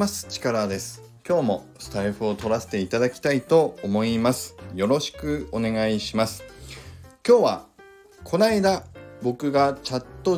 ます。チカラです。今日もスタイフを取らせていただきたいと思います。よろしくお願いします。今日はこの間僕がチャット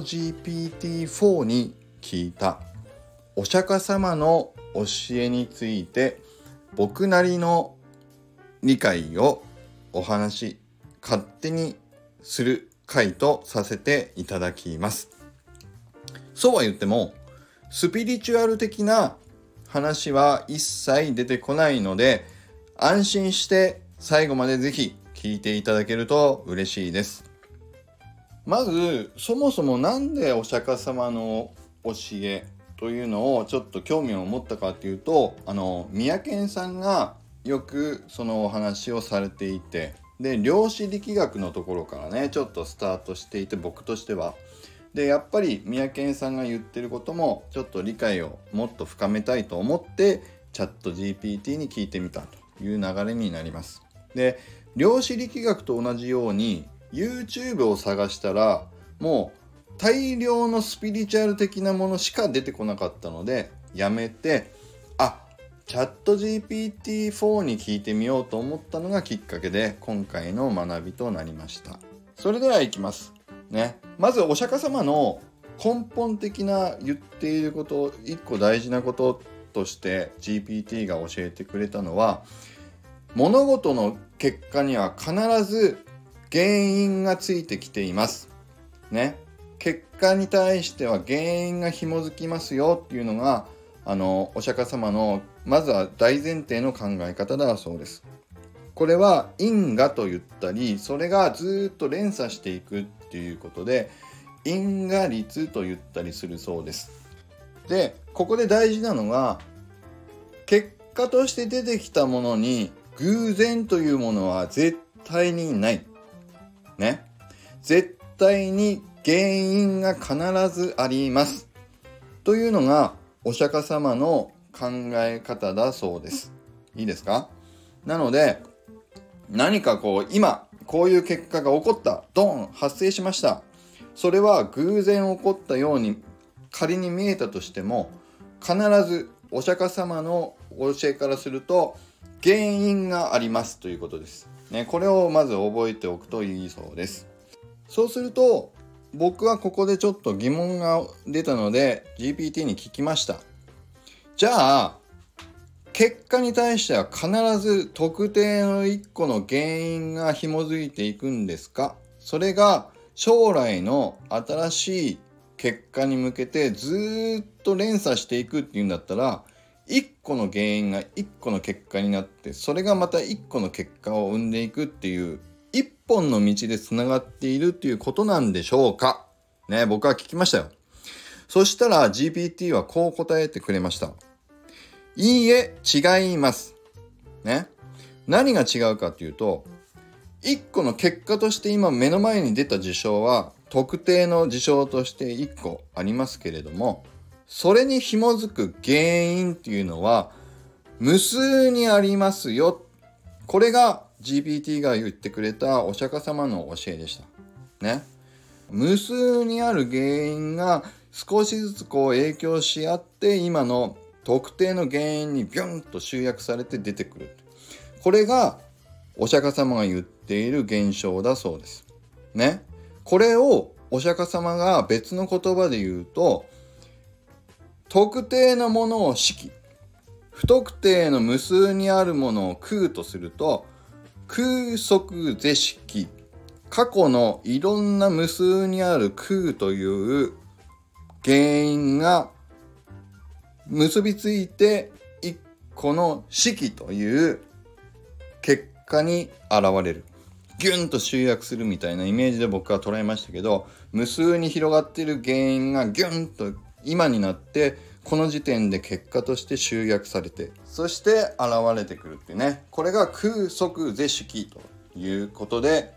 GPT-4 に聞いたお釈迦様の教えについて僕なりの理解を勝手にする回とさせていただきます。そうは言ってもスピリチュアル的な話は一切出てこないので、安心して最後までぜひ聞いていただけると嬉しいです。まずそもそもなんでお釈迦様の教えというのをちょっと興味を持ったかというと、三宅さんがよくそのお話をされていて、で量子力学のところからねちょっとスタートしていて、僕としてはでやっぱり三宅さんが言ってることもちょっと理解をもっと深めたいと思ってチャット GPT に聞いてみたという流れになります。で量子力学と同じように YouTube を探したらもう大量のスピリチュアル的なものしか出てこなかったのでやめて、チャット GPT-4 に聞いてみようと思ったのがきっかけで今回の学びとなりました。それではいきますね。まずお釈迦様の根本的な言っていること、一個大事なこととして GPT が教えてくれたのは、物事の結果には必ず原因がついてきていますね。結果に対しては原因が紐づきますよっていうのがお釈迦様のまずは大前提の考え方だそうです。これは因果と言ったり、それがずっと連鎖していくっていうことで因果律と言ったりするそうです。でここで大事なのが、結果として出てきたものに偶然というものは絶対にないね。絶対に原因が必ずありますというのがお釈迦様の考え方だそうです。いいですか？なので何か今こういう結果が起こった、ドーン発生しました、それは偶然起こったように仮に見えたとしても、必ずお釈迦様の教えからすると原因がありますということですね。これをまず覚えておくといいそうです。そうすると僕はここでちょっと疑問が出たので GPT に聞きました。じゃあ結果に対しては必ず特定の一個の原因が紐づいていくんですか？それが将来の新しい結果に向けてずっと連鎖していくっていうんだったら、一個の原因が一個の結果になって、それがまた一個の結果を生んでいくっていう一本の道でつながっているっていうことなんでしょうかね。僕は聞きましたよ。そしたら GPT はこう答えてくれました。いいえ、違いますね。何が違うかというと、一個の結果として今目の前に出た事象は特定の事象として一個ありますけれども、それに紐づく原因っていうのは無数にありますよ。これが GPT が言ってくれたお釈迦様の教えでしたね。無数にある原因が少しずつ影響し合って今の特定の原因にビュンと集約されて出てくる。これがお釈迦様が言っている現象だそうですね。これをお釈迦様が別の言葉で言うと、特定のものを識、不特定の無数にあるものを空とすると空即是識、過去のいろんな無数にある空という原因が結びついて一個の式という結果に現れる、ギュンと集約するみたいなイメージで僕は捉えましたけど、無数に広がっている原因がギュンと今になってこの時点で結果として集約されて、そして現れてくるっていうね。これが空即是識ということで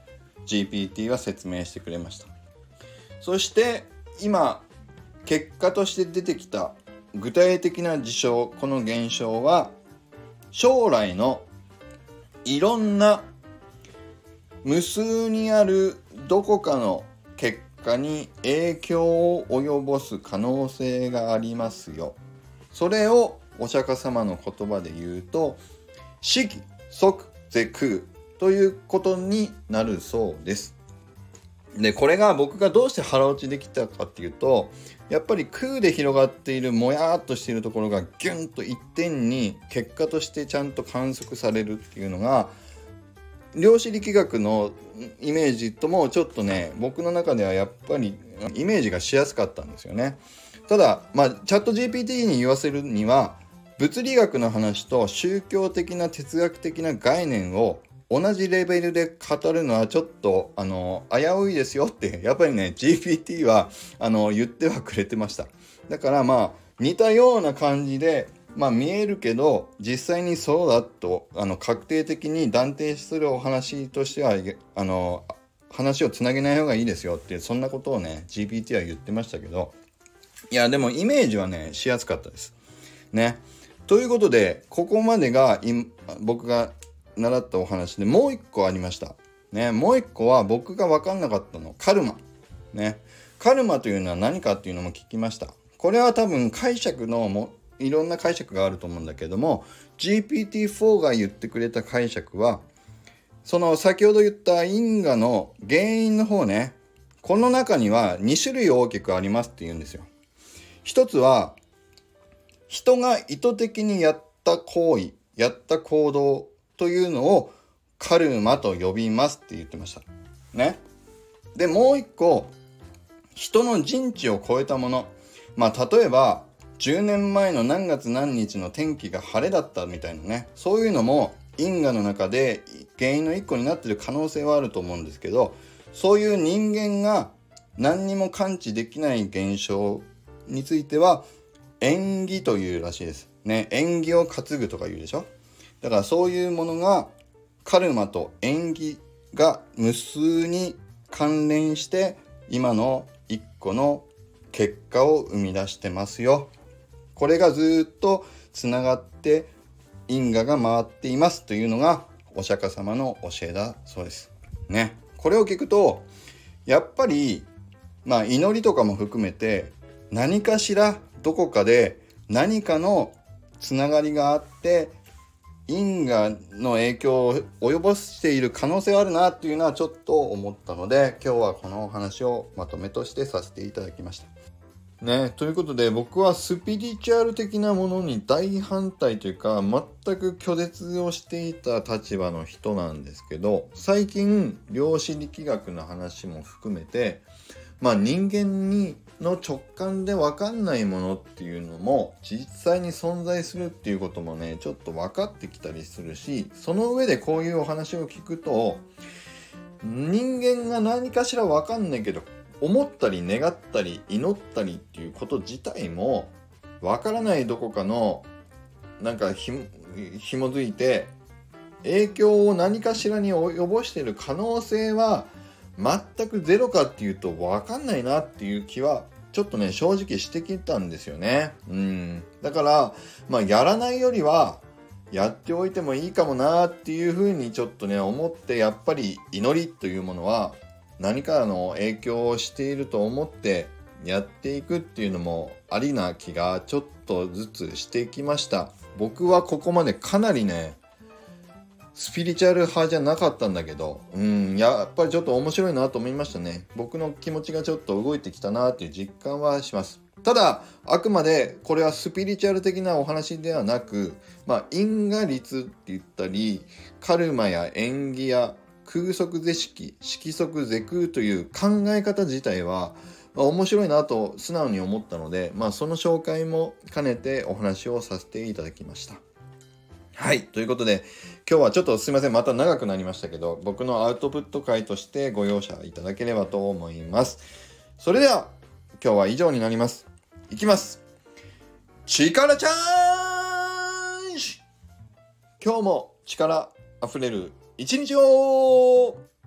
GPT は説明してくれました。そして今結果として出てきた具体的な事象、この現象は将来のいろんな無数にあるどこかの結果に影響を及ぼす可能性がありますよ。それをお釈迦様の言葉で言うと色即是空ということになるそうです。でこれが僕がどうして腹落ちできたかっていうと、やっぱり空で広がっているもやーっとしているところがギュンと一点に結果としてちゃんと観測されるっていうのが量子力学のイメージともちょっとね、僕の中ではやっぱりイメージがしやすかったんですよね。ただチャット GPT に言わせるには、物理学の話と宗教的な哲学的な概念を同じレベルで語るのはちょっと危ういですよってやっぱりね GPT は言ってはくれてました。だから似たような感じで見えるけど実際にそうだと確定的に断定するお話としては話をつなげない方がいいですよっていう、そんなことをね GPT は言ってましたけど、いやでもイメージはねしやすかったですね。ということでここまでが僕が習ったお話で、もう一個ありましたね。もう一個は僕が分かんなかったの、カルマね。カルマというのは何かっていうのも聞きました。これは多分解釈のいろんな解釈があると思うんだけども、 GPT-4 が言ってくれた解釈は、その先ほど言った因果の原因の方ね、この中には2種類大きくありますって言うんですよ。一つは人が意図的にやった行為、やった行動というのをカルマと呼びますって言ってましたね。でもう一個、人の人知を超えたもの、例えば10年前の何月何日の天気が晴れだったみたいなね、そういうのも因果の中で原因の一個になっている可能性はあると思うんですけど、そういう人間が何にも感知できない現象については縁起というらしいですね。縁起を担ぐとか言うでしょ。だからそういうものがカルマと縁起が無数に関連して今の一個の結果を生み出してますよ。これがずっとつながって因果が回っていますというのがお釈迦様の教えだそうですね。これを聞くとやっぱり祈りとかも含めて何かしらどこかで何かのつながりがあって因果の影響を及ぼしている可能性あるなっていうのはちょっと思ったので、今日はこのお話をまとめとしてさせていただきましたね。ということで僕はスピリチュアル的なものに大反対というか全く拒絶をしていた立場の人なんですけど、最近量子力学の話も含めて人間の直感で分かんないものっていうのも実際に存在するっていうこともねちょっと分かってきたりするし、その上でこういうお話を聞くと人間が何かしら分かんないけど思ったり願ったり祈ったりっていうこと自体も分からないどこかの紐づいて影響を何かしらに及ぼしている可能性は全くゼロかっていうと分かんないなっていう気はちょっとね正直してきたんですよね。だからやらないよりはやっておいてもいいかもなっていうふうにちょっとね思って、やっぱり祈りというものは何かの影響をしていると思ってやっていくっていうのもありな気がちょっとずつしてきました。僕はここまでかなりねスピリチュアル派じゃなかったんだけど、やっぱりちょっと面白いなと思いましたね。僕の気持ちがちょっと動いてきたなっていう実感はします。ただあくまでこれはスピリチュアル的なお話ではなく、因果律って言ったりカルマや縁起や空即是色、色即是空という考え方自体は面白いなと素直に思ったので、その紹介も兼ねてお話をさせていただきました。はい、ということで今日はちょっとすいません、また長くなりましたけど、僕のアウトプット回としてご容赦いただければと思います。それでは今日は以上になります。いきます。力チャージ。今日も力あふれる一日を。